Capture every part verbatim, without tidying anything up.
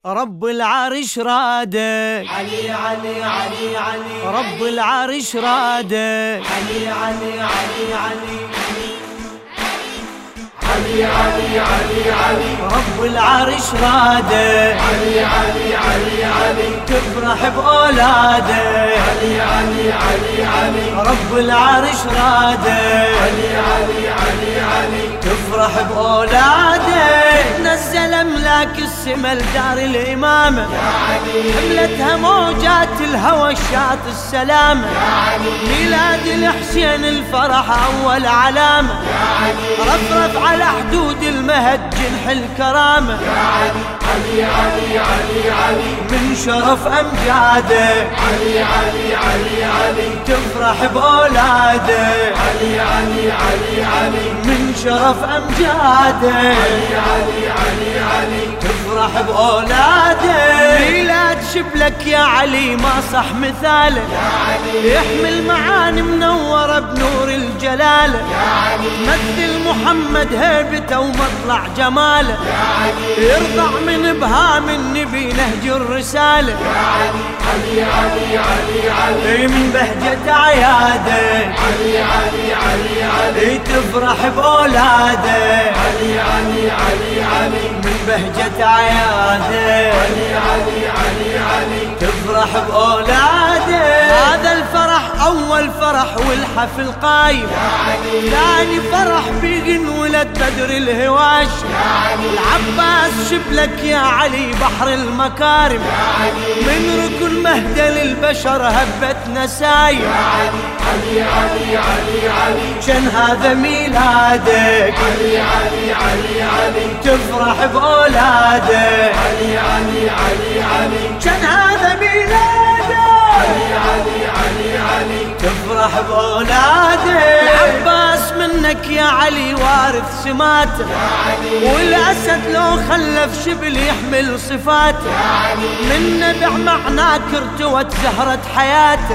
رب العرش رادك علي علي علي علي رب العرش رادك علي علي علي علي علي علي علي علي رب العرش رادك علي علي علي علي تفرح بأولادك علي علي علي علي رب العرش رادك علي علي علي علي تفرح بأولادك نزل أملاك السما لدار الإمامة حملتها موجات الهوى الشاط السلامة ميلاد الحسين الفرح أول علامة رفرف على حدود المهد جنح الكرامة علي علي علي علي من شرف أمجادك علي علي علي علي تفرح بأولادك علي علي علي علي من شرف أمجادك علي علي علي تفرح بأولادك ميلاد شبلك يا علي ما صح مثاله يحمل معاني منورة بنور الجلالة مثل محمد هيبته ومطلع جماله يرضع من ابهام النبي نهج الرسالة علي علي علي علي من بهجة عيادك علي علي علي علي تفرح بأولادك علي علي علي علي من بهجة عيادك علي علي علي علي تفرح بأولادك هذا الفرح أول فرح والحفل قايم ثاني فرح بيجن ولد بدر الهواش العباس شبلك يا علي بحر المكارم من ركن مهدى للبشر هبت نسايم علي علي علي علي شن هذا ميلادك علي علي علي علي تفرح بأولادك علي علي علي علي شن هذا ميلادك علي علي علي علي تفرح بأولادك العباس منك يا علي وارث سماته والأسد لو خلف شبل يحمل صفاته من نبع معناك ارتوت زهرة حياته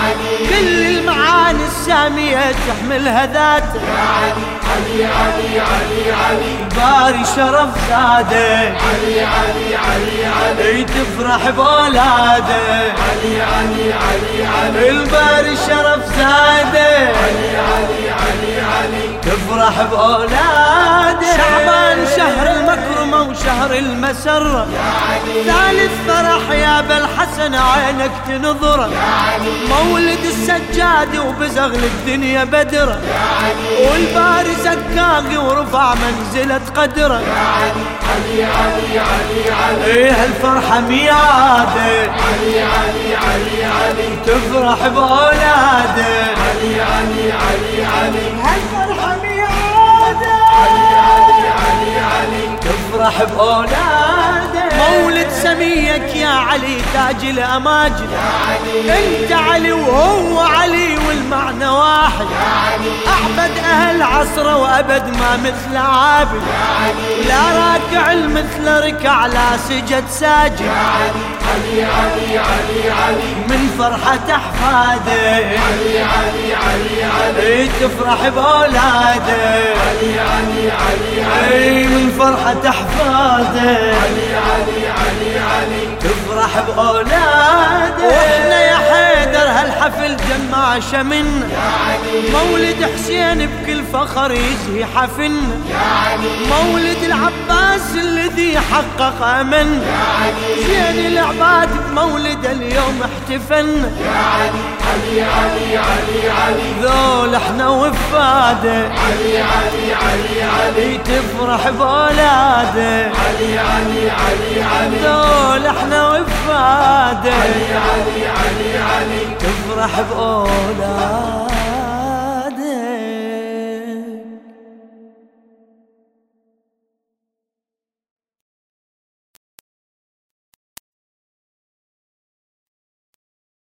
كل المعاني السامية تحملها ذاته علي علي علي علي باري شرف زادك علي علي علي علي تفرح بأولادك علي علي علي علي الباري شرف زادك علي علي علي علي تفرح بأولادك شعبان شهر المكرمة وشهر المسرة ثالث فرح يا بالحسن عينك تنظره مولد السجاد وبزغل الدنيا بدره والباري زكاقي ورفع منزلة قدره علي علي علي علي ايه الفرحة ميادك علي علي علي علي تفرح بأولادك علي علي علي علي هالفرحة ميادك علي علي علي علي تفرح بأولادك مولد سميك يا علي تاج الأماجد انت علي وهو علي والمعنى واحد أعبد أهل عصره وأبد ما مثل عابد لا راكع المثل ركع لا سجد ساجد علي علي علي علي من فرحة أحفادك علي علي علي علي تفرح بأولادك علي علي علي علي اي من فرحة أحفادك علي علي علي علي تفرح بأولادك واحنا يا حيدر هالحفل جمع شمنا مولد حسين بكل فخر يزهي حفلنا مولد العباس الذي حقق أمنا زين العباد بمولد اليوم احتفلنا علي علي علي علي ذول احنا وفادك علي علي علي علي تفرح بأولادك علي علي علي علي ذول احنا وفادك علي علي علي علي تفرح بأولادك.